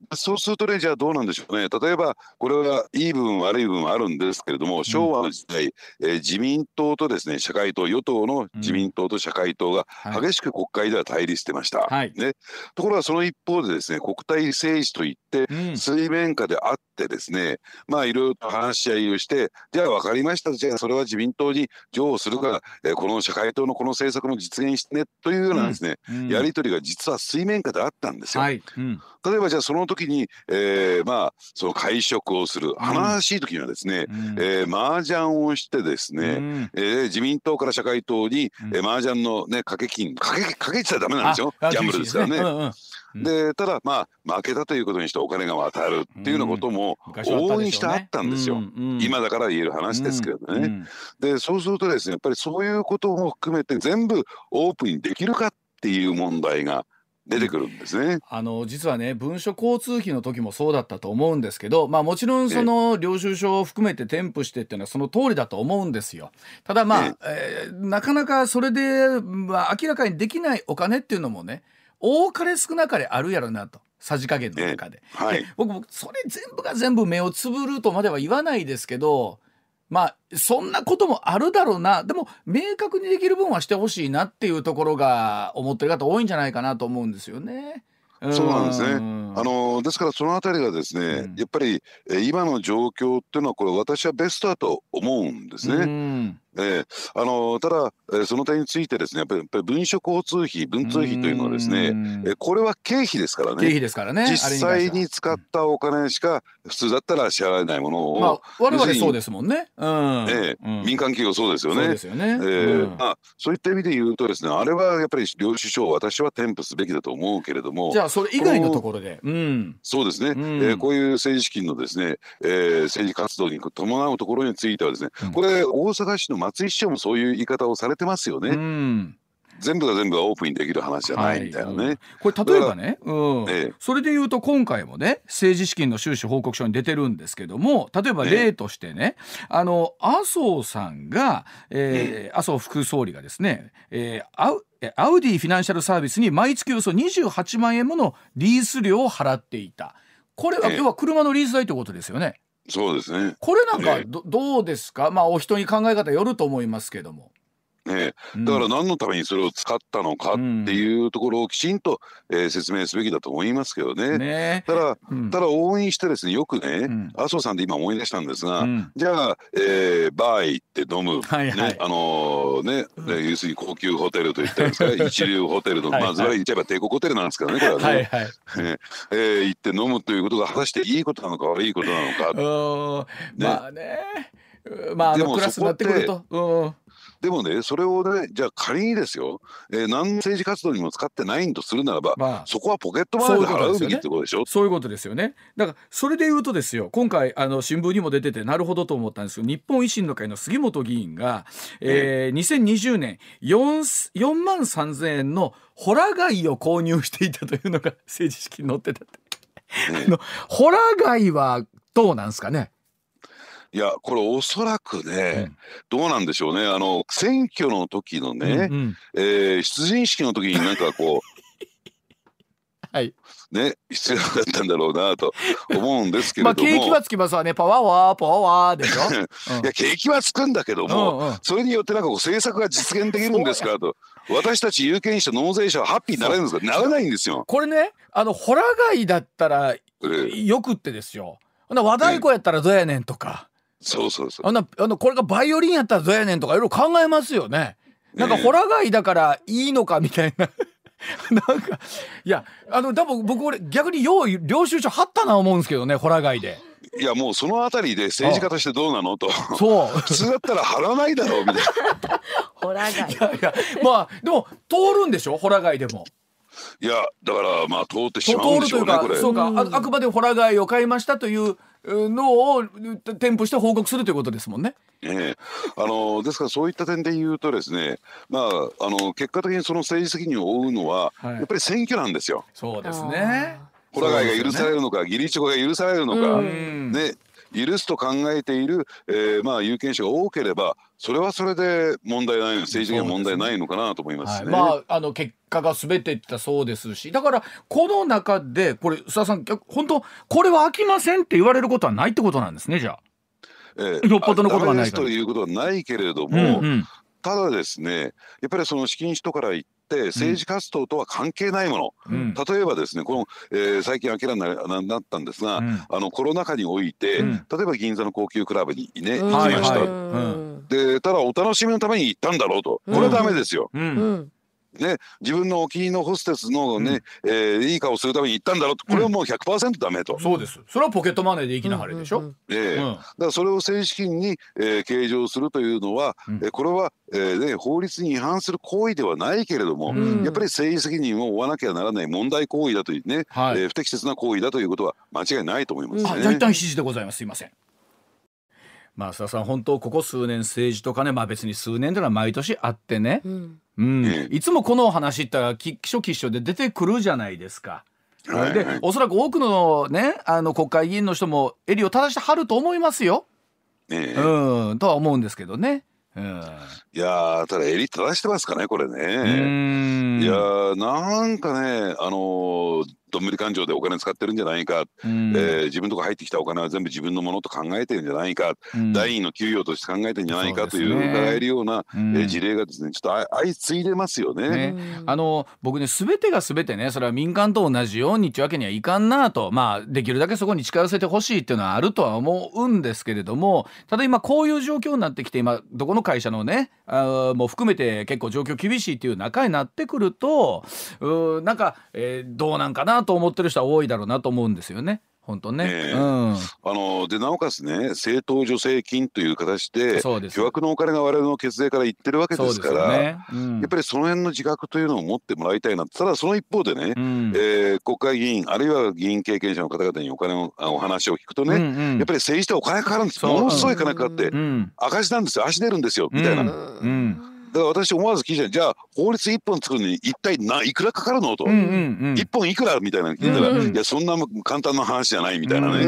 そうするとね、じゃあどうなんでしょうね。例えばこれはいい部分悪い部分あるんですけれども、昭和の時代、えー、自民党とですね社会党、与党の自民党と社会党が激しく国会では対立してました、はいね、ところがその一方でですね国対政治といって水面下であってですね、うん、まあいろいろと話し合いをして、じゃあ分かりました、じゃあそれは自民党に譲歩するから、えー、この社会党のこの政策も実現してねというようなですね、うんうん、やり取りが実は水面下であったんですよ、はいうん、例えばじゃあその時に、えー、まあその会食をする、華々しい時にはですね、うんえー、麻雀をしてですね、うんえー、自民党から社会党に、うんえー、麻雀のね掛け金掛け掛けてたらダメなんですよ、ギャンブルですからね。うんうんでただまあ負けたということにしてお金が渡るっていうようなことも往々にしてあったんですよ、うんうん、今だから言える話ですけどね、うんうん、でそうするとですねやっぱりそういうことも含めて全部オープンにできるかっていう問題が出てくるんですね。 あの実はね文書交通費の時もそうだったと思うんですけど、まあもちろんその領収書を含めて添付してっていうのはその通りだと思うんですよ。ただまあ、えー、なかなかそれで、まあ、明らかにできないお金っていうのもね多かれ少なかれあるやろなと、さじ加減の中で、はい、僕もそれ全部が全部目をつぶるとまでは言わないですけど、まあそんなこともあるだろうな、でも明確にできる分はしてほしいなっていうところが思ってる方多いんじゃないかなと思うんですよね。 そうなんですね。あのですからそのあたりがですね、うん、やっぱりえ今の状況っていうのはこれ私はベストだと思うんですね。うんえー、あのただ、えー、その点についてですねやっぱり、やっぱり文書交通費文通費というのはですね、えー、これは経費ですからね。 経費ですからね。 実際に使ったお金しか普通だったら支払えないものを、まあ、 我々そうですもんね、うんえーうん、民間企業そうですよね。 そうですよね、えーうんまあ、そういった意味で言うとですねあれはやっぱり領収書を私は添付すべきだと思うけれども、 じゃあそれ以外のところで、うん、 そうですね、うんえー、こういう政治資金のですね、えー、政治活動に伴うところについてはですね、うん、これ大阪市の松井市長もそういう言い方をされてますよね。うん全部が全部がオープンにできる話じゃないみたいなね、はいうん、これ例えばね、うんええ、それで言うと今回もね政治資金の収支報告書に出てるんですけども、例えば例としてね、ええ、あの麻生さんが、えー、麻生副総理がですね、えー、アウアウディフィナンシャルサービスに毎月およそにじゅうはちまんえんものリース料を払っていた。これは、ええ、要は車のリース代ということですよね。 そうですね。 これなんか ど,、ええ、どうですか。まあお人に考え方よると思いますけどもね、だから何のためにそれを使ったのかっていうところをきちんと、えー、説明すべきだと思いますけどね。ねただ、うん、ただ応援してですねよくね、うん、麻生さんで今思い出したんですが、うん、じゃあ、えー、バー行って飲む、はいはいねあのー、ね、うん、要するに高級ホテルといったんですか一流ホテルのまあずばり言っちゃえば帝国ホテルなんですけどねこれはね、はいはいえー、行って飲むということが果たしていいことなのか悪いことなのか、 ね、まあねまああのクラスになってくると。うんでもねそれをねじゃあ仮にですよ、えー、何の政治活動にも使ってないんとするならば、まあ、そこはポケットマネーで払うべきってことでしょ。 そういうことですよね。だからそれで言うとですよ今回あの新聞にも出ててなるほどと思ったんですけど、日本維新の会の杉本議員が、えー、にせんにじゅうねん 4, よんまんさんぜんえんのホラ貝を購入していたというのが政治資金に載ってたって、ね、あのホラ貝はどうなんですかね。 いやこれおそらくね、うん、どうなんでしょうね。あの選挙の時のね、うんうんえー、出陣式の時になんかこうはいね必要だったんだろうなと思うんですけれどもまあ景気はつきますわね。パワーワーパワーワーでしょ、 うん、いや景気はつくんだけども、うんうん、それによってなんかこう政策が実現できるんですかと私たち有権者納税者はハッピーになれるんですか。ならないんですよ。 これねあのホラ貝だったらよくってですよ、和太鼓やったらどうやねんとか、 そうそうそうあのあのこれがバイオリンやったらどうやねんとかいろいろ考えますよね。なんかホラ貝だからいいのかみたいななんかいやあの多分僕俺逆によう領収書貼ったな思うんですけどねホラ貝で。 いやもうそのあたりで政治家としてどうなのとそう普通だったら貼らないだろうみたいなホラ貝いやいやまあでも通るんでしょホラ貝でも。 いやだからまあ通ってしまうんでしょうねこれ。 そうか あ, あくまでホラ貝を買いましたというのを添付して報告するということですもんね。 ええ、あのですからそういった点で言うとですね、まああの結果的にその政治責任を負うのは、はい、やっぱり選挙なんですよ。 そうですね。 ホラ貝が許されるのか、義理チョコが許されるのか、ね。 許すと考えている、えー、まあ有権者が多ければそれはそれで問題ない、政治的な問題ないのかなと思いますね。 はい、まあ、あの結果が全てって言ったらそうですし、だからこの中でこれ須田さん本当これは飽きませんって言われることはないってことなんですね。じゃあ、えー、よっぽどのことはないからということはないけれども、うんうん、ただですねやっぱりその資金使途から言って政治活動とは関係ないもの、うん、例えばですねこの、えー、最近明らかになったんですが、うん、あのコロナ禍において、うん、例えば銀座の高級クラブにね、うん、行きました、はいはい、でただお楽しみのために行ったんだろうと、これはダメですよ、うんうんね、自分のお気に入りのホステスのね、うん、えー、いい顔するために行ったんだろうと、これはもう ひゃくパーセント ダメと、 うん、そうです。それはポケットマネーで行きなはれでしょ、うんうんうん、 えーうん、だからそれを政治資金に、えー、計上するというのは、うん、えー、これは、えーね、法律に違反する行為ではないけれども、うん、やっぱり政治責任を負わなきゃならない問題行為だというね、はい、えー、不適切な行為だということは間違いないと思いますね。 あ、じゃあ一旦指示でございます。すいません。まあ、須田さん本当ここ数年政治とかね、まあ別に数年というのは毎年あってね、うんうん、いつもこの話ったらきっしょきっしょで出てくるじゃないですか。はい、でおそらく多くのねあの国会議員の人も襟を正してはると思いますよ、えー、うんとは思うんですけどね、うん、 いやーただ襟正してますかねこれね。うーん、いやーなんかねあのーどんぶり勘定でお金使ってるんじゃないか、うん、えー、自分とか入ってきたお金は全部自分のものと考えてるんじゃないか、うん、第二の給与として考えてるんじゃないかという伺えるような、うん、えー、事例がですねちょっと相次いでますよね。ね、 あの僕ね全てが全てねそれは民間と同じようにっていうわけにはいかんなと、まあできるだけそこに近寄せてほしいっていうのはあるとは思うんですけれども、ただ今こういう状況になってきて今どこの会社のねあもう含めて結構状況厳しいっていう中になってくるとうなんか、えー、どうなんかなと思ってる人は多いだろうなと思うんですよね。本当ね、えーうん、 あのでなおかつね政党助成金という形で巨額のお金が我々の血税からいってるわけですから、ね、うん、やっぱりその辺の自覚というのを持ってもらいたいな。ただその一方でね、うん、えー、国会議員あるいは議員経験者の方々にお金をお話を聞くとね、うんうん、やっぱり政治ってお金かかるんです。ものすごい金かかって、うん、赤字なんですよ、足出るんですよみたいな、うんうん、だから私思わず聞いた、じゃあ法律いっぽん作るのに一体ないくらかかるのと、うんうんうん、いっぽんいくらみたいなの聞いたら、うんうん、いやそんな簡単な話じゃないみたいなね、うん、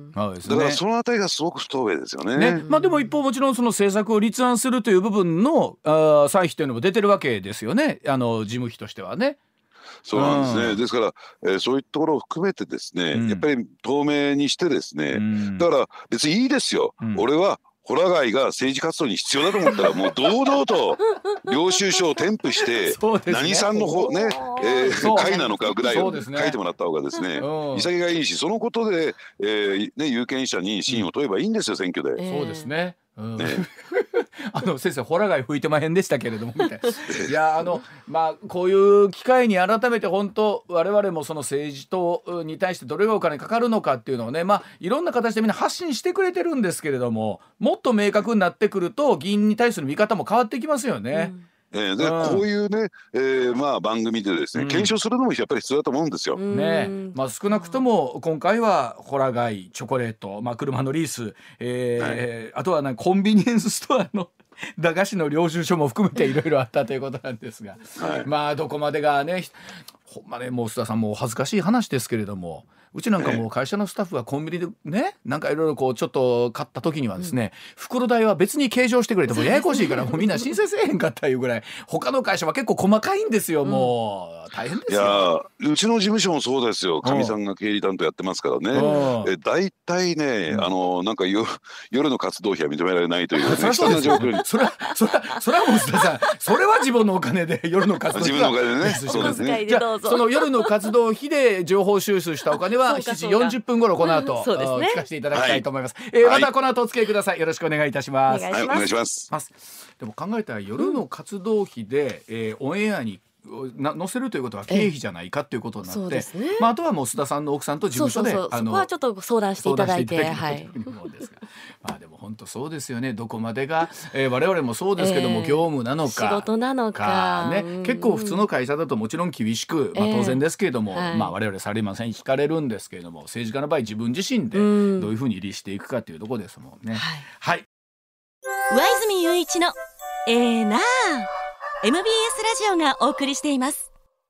そうですね、だからそのあたりがすごく不透明ですよ ね, ね、 まあ、でも一方もちろんその政策を立案するという部分のあ歳費というのも出てるわけですよね、あの事務費としてはね。 そうなんですね、うん、ですから、えー、そういうところを含めてですね、うん、やっぱり透明にしてですね、うん、だから別にいいですよ、うん、俺はホラ貝が政治活動に必要だと思ったらもう堂々と領収書を添付して何さんの方ね、えー、会なのかぐらいを書いてもらった方がですね、潔がいいし、そのことで、えーね、有権者に信を問えばいいんですよ、選挙で。 そうですね、うんねあの先生ホラ貝吹いてまへんでしたけれどもみたいないやあのまあこういう機会に改めて本当我々もその政治とに対してどれがお金かかるのかっていうのをね、まあいろんな形でみんな発信してくれてるんですけれども、もっと明確になってくると議員に対する見方も変わってきますよね、うん、 えー、で、うん、こういうね、えーまあ、番組でですね、うん、検証するのもやっぱり必要だと思うんですよ、 ね。まあ、少なくとも今回はホラ貝チョコレート、まあ、車のリース、えーはい、あとはなんかコンビニエンスストアの駄菓子の領収書も含めていろいろあったということなんですが、はい、まあどこまでがねほんまね、もう須田さんも恥ずかしい話ですけれども、うちなんかもう会社のスタッフがコンビニでねなんかいろいろこうちょっと買った時にはですね、うん、袋代は別に計上してくれてもややこしいからもうみんな申請せえへんかったいうぐらい他の会社は結構細かいんですよ、もう、うん、大変ですよ。 いやうちの事務所もそうですよ。かみさんが経理担当やってますからね、えだいたいね、うん、あのなんかよ夜の活動費は認められないという、ね、 それはそうですよ。それはそれはそれはもう須田さんそれは自分のお金で夜の活動費は自分のお金でねそうですね。 じゃあその夜の活動費で情報収集したお金はしちじよんじゅっぷん頃この後、うんね、聞かせていただきたいと思います、はい、えー、またこの後お付き合いください。よろしくお願いいたします。 はい、お願いします。 でも考えたら夜の活動費で、うん、えー、オンエアにな載せるということは経費じゃないかということになって、えーね、まあ、あとはもう須田さんの奥さんと事務所でそうそうそう、あのそこはちょっと相談していただいて、はい、 まあでも本当そうですよね。どこまでが、えー、我々もそうですけども、えー、業務なのか仕事なのか、 ね、結構普通の会社だともちろん厳しく、まあ、当然ですけれども、えーはい、まあ、我々サラリーマンさんに聞かれるんですけれども、政治家の場合自分自身でどういうふうに律していくかというところですもんね、はいはい、 上泉雄一のえーなー エムビーエス ラジオがお送りしています。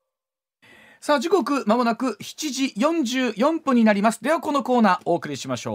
さあ時刻まもなくしちじよんじゅうよんぷんになります。ではこのコーナーお送りしましょう。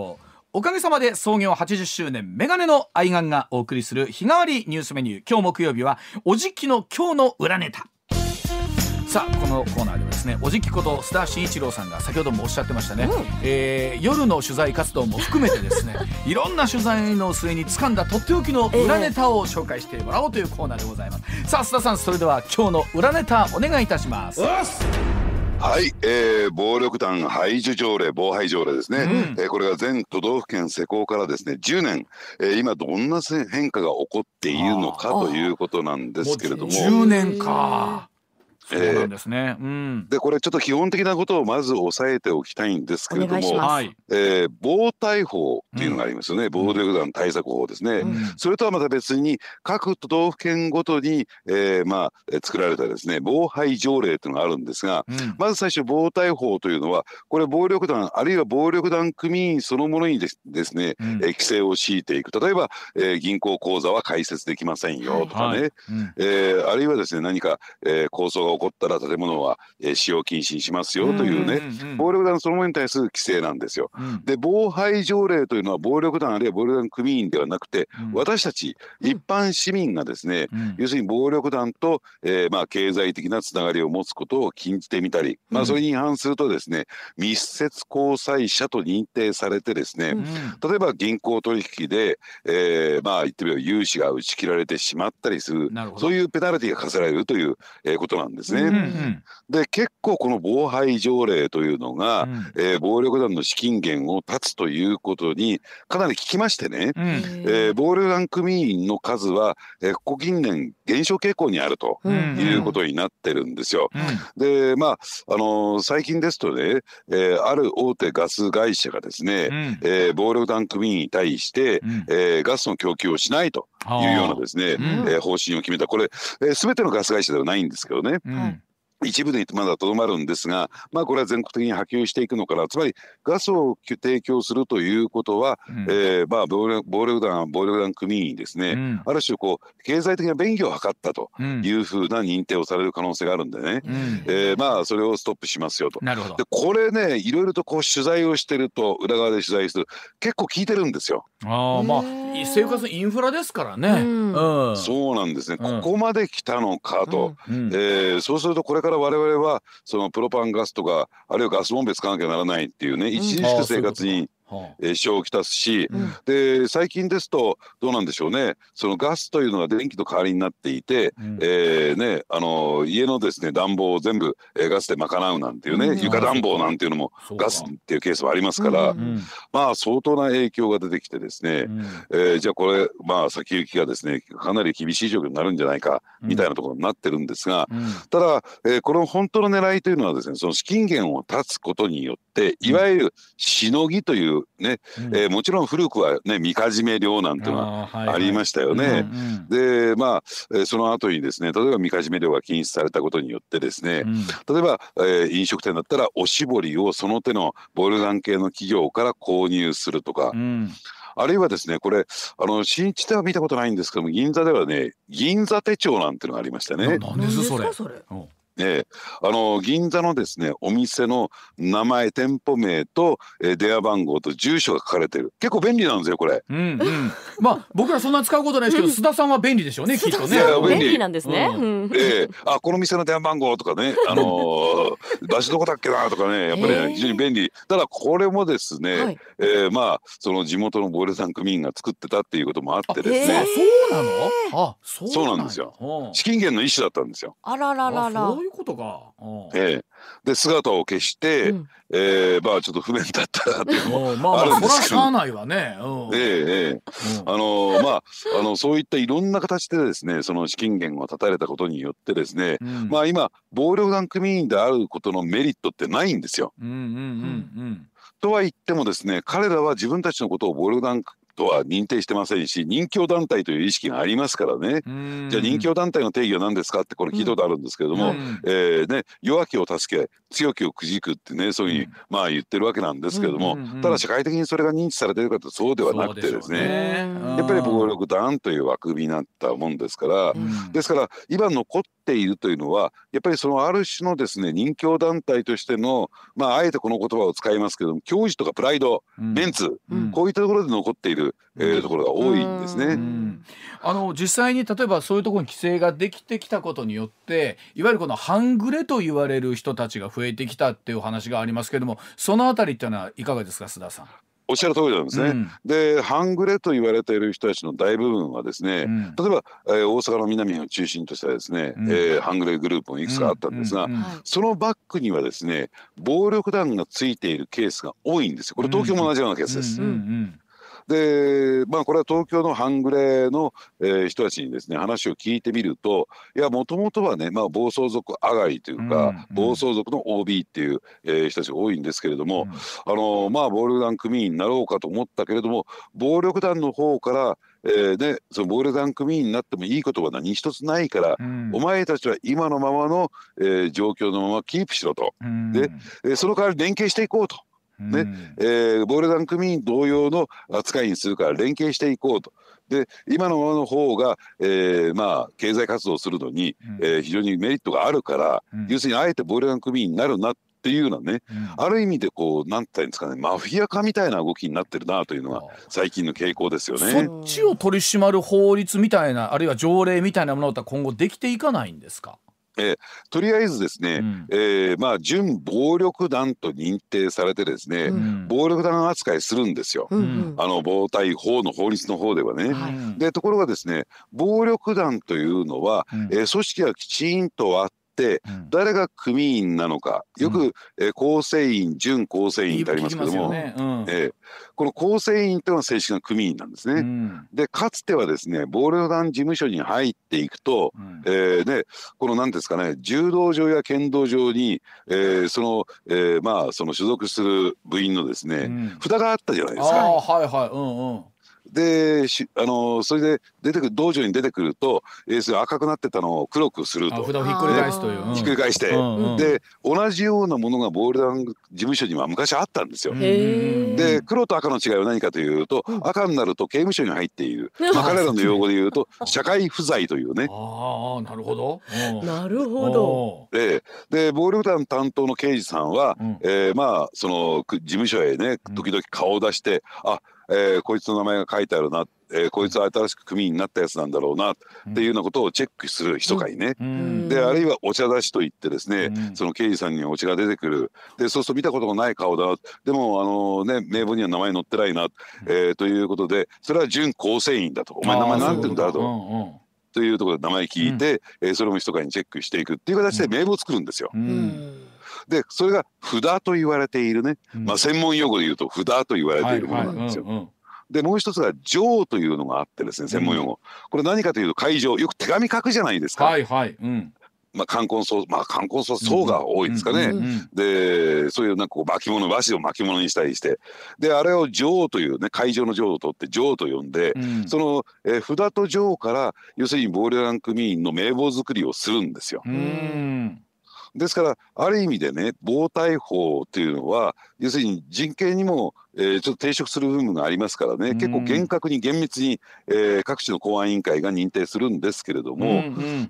おかげさまで創業はちじゅっしゅうねんメガネの愛玩がお送りする日替わりニュースメニュー。今日木曜日はおじきの今日の裏ネタ。さあこのコーナーではですね、おじきこと須田慎一郎さんが先ほどもおっしゃってましたね、うんえー、夜の取材活動も含めてですねいろんな取材の末に掴んだとっておきの裏ネタを紹介してもらおうというコーナーでございます、えー、さあ須田さん、それでは今日の裏ネタお願いいたします。 はい、えー、暴力団排除条例、暴排条例ですね、うんえー、これが全都道府県施行からですねじゅうねん、えー、今どんな変化が起こっているのかということなんですけれども、 じゅうねんか。そうなんですね、うん、 でこれちょっと基本的なことをまず押さえておきたいんですけれども、えー、暴対法っていうのがありますよね、うん、暴力団対策法ですね、うん、それとはまた別に各都道府県ごとに、えーまあ、作られたですね暴排条例というのがあるんですが、うん、まず最初暴対法というのはこれ暴力団あるいは暴力団組員そのものにですですね、うんえー、規制を敷いていく。例えば、えー、銀行口座は開設できませんよとかね、はいはいうんえー、あるいはですね何か、えー、抗争が起こったら建物は、えー、使用禁止にしますよというね、うんうんうん、暴力団そのものに対する規制なんですよ、うん、で暴排条例というのは暴力団あるいは暴力団組員ではなくて、うん、私たち一般市民がですね、うん、要するに暴力団と、えーまあ、経済的なつながりを持つことを禁じてみたり、うんまあ、それに違反するとですね密接交際者と認定されてですね、うん、例えば銀行取引で、えー、まあ言ってみれば融資が打ち切られてしまったりする、そういうペナルティが課せられるという、えー、ことなんですね、うんうん、で結構この暴排条例というのが、うんえー、暴力団の資金源を断つということにかなり効きましてね、うんえー、暴力団組員の数は、えー、ここ近年減少傾向にあるということになってるんですよ、うんうん、でまあ、あのー、最近ですとね、えー、ある大手ガス会社がですね、うんえー、暴力団組員に対して、うんえー、ガスの供給をしないというようなですね、うんえー、方針を決めた。これ、えー、全てのガス会社ではないんですけどね、うん一部でまだとどまるんですが、まあ、これは全国的に波及していくのかな。つまりガスを提供するということは、うんえーまあ、暴力、暴力団暴力団組員ですね、うん、ある種こう経済的な便宜を図ったというふうな認定をされる可能性があるんでね、うんえー、まあそれをストップしますよと。なるほど。でこれねいろいろとこう取材をしてると裏側で取材する結構聞いてるんですよ。 あまあ生活インフラですからね、うんうん、そうなんですね、うん、ここまで来たのかと、うんえー、そうするとこれから我々はそのプロパンガスとかあるいはガスボンベ使わなきゃならないっていうね、著しく生活に支障をきたすし、うん、で最近ですとどうなんでしょうね、そのガスというのが電気の代わりになっていて、うんえーね、あの家のですね暖房を全部、えー、ガスで賄うなんていうね、うん、床暖房なんていうのもガスっていうケースはありますから、うん、まあ相当な影響が出てきてですね、うんえー、じゃあこれまあ先行きがですねかなり厳しい状況になるんじゃないかみたいなところになってるんですが、うん、ただ、えー、この本当の狙いというのはですね、その資金源を断つことによっていわゆるしのぎというね、うんえー、もちろん古くはねみかじめ料なんていうのはありましたよね。でまあ、えー、その後にですね例えばみかじめ料が禁止されたことによってですね、うん、例えば、えー、飲食店だったらおしぼりをその手の暴力団系の企業から購入するとか、うんあるいはですねこれあの新地では見たことないんですけども銀座ではね銀座手帳なんていうのがありましてね。 何ですそれ。 えー、あの銀座のですねお店の名前店舗名と、えー、電話番号と住所が書かれてる。結構便利なんですよこれ、うんうん、 まあ僕らそんな使うことないですけど須田さんは便利でしょうねきっとね。 便利なんですね、うんえー、あこの店の電話番号とかね、あのー、場所どこだっけなとかねやっぱり、ね、非常に便利。ただこれもですね、はいえー、まあその地元の暴力団組員が作ってたっていうこともあってですね。 そうなの。あそうそうなんですよ。資金源の一種だったんですよ。 あらららら。 そういうことか。 えー、で姿を消して、うんえー、まあちょっと不便だったなっていうのもあるんですけど、まあまあそらしゃあないわね。うん、えー、えー、あのまああのそういったいろんな形でですねその資金源を断たれたことによってですね、うん、まあ今暴力団組員であることのメリットってないんですよ。うんうんうんうん、とは言ってもですね彼らは自分たちのことを暴力団とは認定してませんし、任教団体という意識がありますからね。じゃあ任教団体の定義は何ですかってこれ聞いたことあるんですけれども、うん、えーね、弱きを助け強きをくじくってね、そういうふうに、うん、まあ言ってるわけなんですけれども、うんうんうん、ただ社会的にそれが認知されているかとそうではなくてですね、ね、やっぱり暴力団という枠組みになったもんですから、うん、ですから今残っているというのはやっぱりそのある種のですね任教団体としての、まああえてこの言葉を使いますけれども、教授とかプライド、うん、メンツ、うん、こういったところで残っている、えー、ところが多いんですね。うん、 あの実際に例えばそういうところに規制ができてきたことによっていわゆるこの半グレと言われる人たちが増えてきたっていう話がありますけれども、そのあたりっていうのはいかがですか、須田さん。 おっしゃる通りなんですね。うん、で半グレと言われている人たちの大部分はですね、うん、例えば、えー、大阪の南を中心としたですね、うん、えー、半グレグループもいくつかあったんですが、うんうんうん、そのバックにはですね暴力団がついているケースが多いんですよ。これ東京も同じようなケースです。うんうんうんうんでまあ、これは東京の半グレの、えー、人たちにですね話を聞いてみると、いやもともとはね、まあ、暴走族上がりというか、うんうん、暴走族の オービー っていう、えー、人たちが多いんですけれども、うん、あのまあ暴力団組員になろうかと思ったけれども暴力団の方からえーね、その暴力団組員になってもいいことは何一つないから、うん、お前たちは今のままの、えー、状況のままキープしろと、うん、で、えー、その代わり連携していこうと。ねえー、暴力団組員同様の扱いにするから連携していこうと。で今のままの方が、えーまあ、経済活動をするのに、うんえー、非常にメリットがあるから、うん、要するにあえて暴力団組員になるなっていうようなね、うん、ある意味でこうなんて言うんですかね、マフィア化みたいな動きになってるなというのが最近の傾向ですよね。 そっちを取り締まる法律みたいなあるいは条例みたいなものって今後できていかないんですか。 えー、とりあえずですね、うんえーまあ、準暴力団と認定されてですね、うん、暴力団扱いするんですよ、うん、あの暴対法の法律の方ではね、うん、でところがですね暴力団というのは、うんえー、組織がきちんとあって誰が組員なのか、よく、うんえー、構成員準構成員ってありますけども、ねうんえー、この構成員というのは正式な組員なんですね、うん、でかつてはですね暴力団事務所に入っていくと、うんえー、でこの何ですかね柔道場や剣道場に、えー、その、えー、まあその所属する部員のですね、うん、札があったじゃないですか。 あはいはいうんうんであのそれで出てくる道場に出てくると、えー、それ赤くなってたのを黒くすると、 札をひっくり返すという、 ね、ひっくり返して、うんうん、で同じようなものが暴力団事務所には昔あったんですよ。で黒と赤の違いは何かというと、うん、赤になると刑務所に入っている、まあ、彼らの用語で言うと社会不在というねああなるほどなるほど。 でで暴力団担当の刑事さんは、うんえー、まあその事務所へね時々顔を出して、うん、あえー、こいつの名前が書いてあるな、えー、こいつは新しく組員になったやつなんだろうなっていうようなことをチェックする人がいね、うん、であるいはお茶出しといってですね、うん、その刑事さんにお茶が出てくる。でそうすると見たことがない顔だ、でもあの、ね、名簿には名前載ってないな、えー、ということでそれは準構成員だと、お前名前なんて言うんだと、うんうん、というところで名前聞いて、うんえー、それも密かにチェックしていくっていう形で名簿を作るんですよ、うんうんでそれが札と言われているね、うんまあ、専門用語で言うと札と言われているものなんですよ。でもう一つが状というのがあってですね専門用語、うん、これ何かというと会場よく手紙書くじゃないですか。 はいはいうんまあ、冠婚葬まあ冠婚葬葬が多いですかね、うんうんうん、でそういうなんかこう巻物和紙を巻物にしたりしてであれを状というね会場の状を取って状と呼んで、うん、その、えー、札と状から要するに暴力団組員の名簿作りをするんですよ。うんですからある意味でね暴対法というのは要するに人権にも、えー、ちょっと抵触する部分がありますからね、結構厳格に厳密に、えー、各地の公安委員会が認定するんですけれども、うんうん、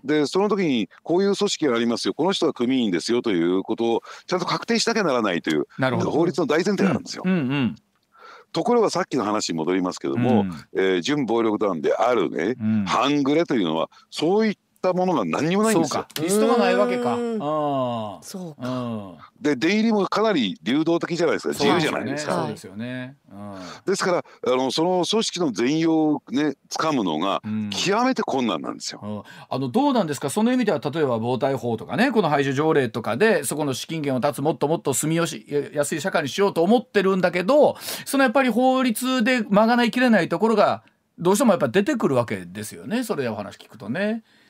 でその時にこういう組織がありますよ、この人は組員ですよということをちゃんと確定しなきゃならないという法律の大前提があるんですよ。うんうんうんところがさっきの話に戻りますけども、うんえー、準暴力団であるね、うん、半グレというのはそういったものが何にもないんですよ。 リストがないわけか。 あそうか。 で出入りもかなり流動的じゃないですか、自由じゃないですか。 そうですよね。 ですからあのその組織の全容をね掴むのが極めて困難なんですよ。 うんうん、あのどうなんですか、その意味では例えば暴対法とかね、この排除条例とかでそこの資金源を断つもっともっと住みやすい社会にしようと思ってるんだけど、そのやっぱり法律で賄いきれないところがどうしてもやっぱ出てくるわけですよね、それでお話聞くとね。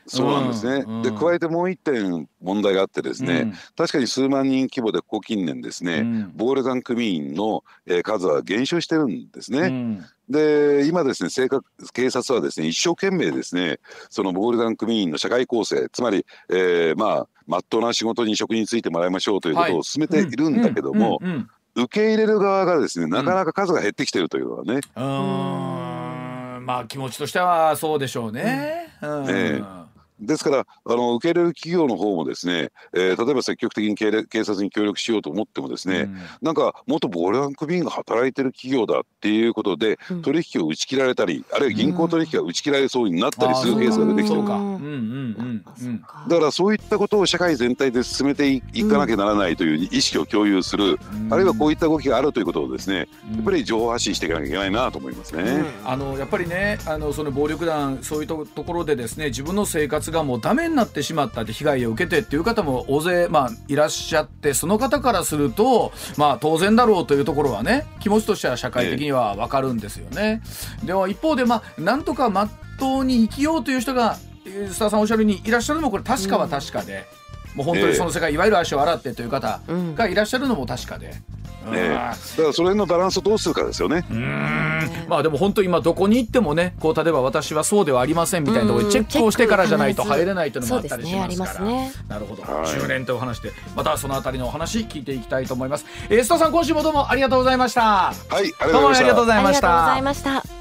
そうなんですね、うん、で加えてもう一点問題があってですね、うん、確かに数万人規模でここ近年ですね、うん、暴力団組員の、えー、数は減少してるんですね、うん、で今ですね警察はですね一生懸命ですねその暴力団組員の社会構成、つまり、えー、まあ真っ当な仕事に職に就いてもらいましょうということを進めているんだけども、受け入れる側がですねなかなか数が減ってきているというのはね、 うん、うーんまあ気持ちとしてはそうでしょうね。うんねえですからあの受け入れる企業の方もですね、えー、例えば積極的に警察に協力しようと思ってもですね、うん、なんか元暴力団組員が働いてる企業だっていうことで、うん、取引を打ち切られたり、あるいは銀行取引が打ち切られそうになったりするケースが出てきてる。だからそういったことを社会全体で進めていかなきゃならないという意識を共有する、うん、あるいはこういった動きがあるということをですね、うん、やっぱり情報発信していかなきゃいけないなと思いますね。うん、 あのやっぱりねあのその暴力団そういうところでですね自分の生活がもうダメになってしまったで被害を受けてっていう方も大勢、まあ、いらっしゃって、その方からすると、まあ、当然だろうというところはね気持ちとしては社会的には分かるんですよね。でも一方で、まあ、なんとかまっとうに生きようという人が須田さんおっしゃるようにいらっしゃるのもこれ確かは確かで、うん、もう本当にその世界、いわゆる足を洗ってという方がいらっしゃるのも確かで、 うんね、だからその辺のバランスをどうするかですよね。 うーんまあでも本当に今どこに行ってもねこう例えば私はそうではありませんみたいなところでチェックをしてからじゃないと入れないというのもあったりしますから、ねね、なるほど、はい、じゅうねんというお話でまたそのあたりのお話聞いていきたいと思います。えー、須田さん今週もどうもありがとうございました。 はい、ありがとうございました。 どうもありがとうございました。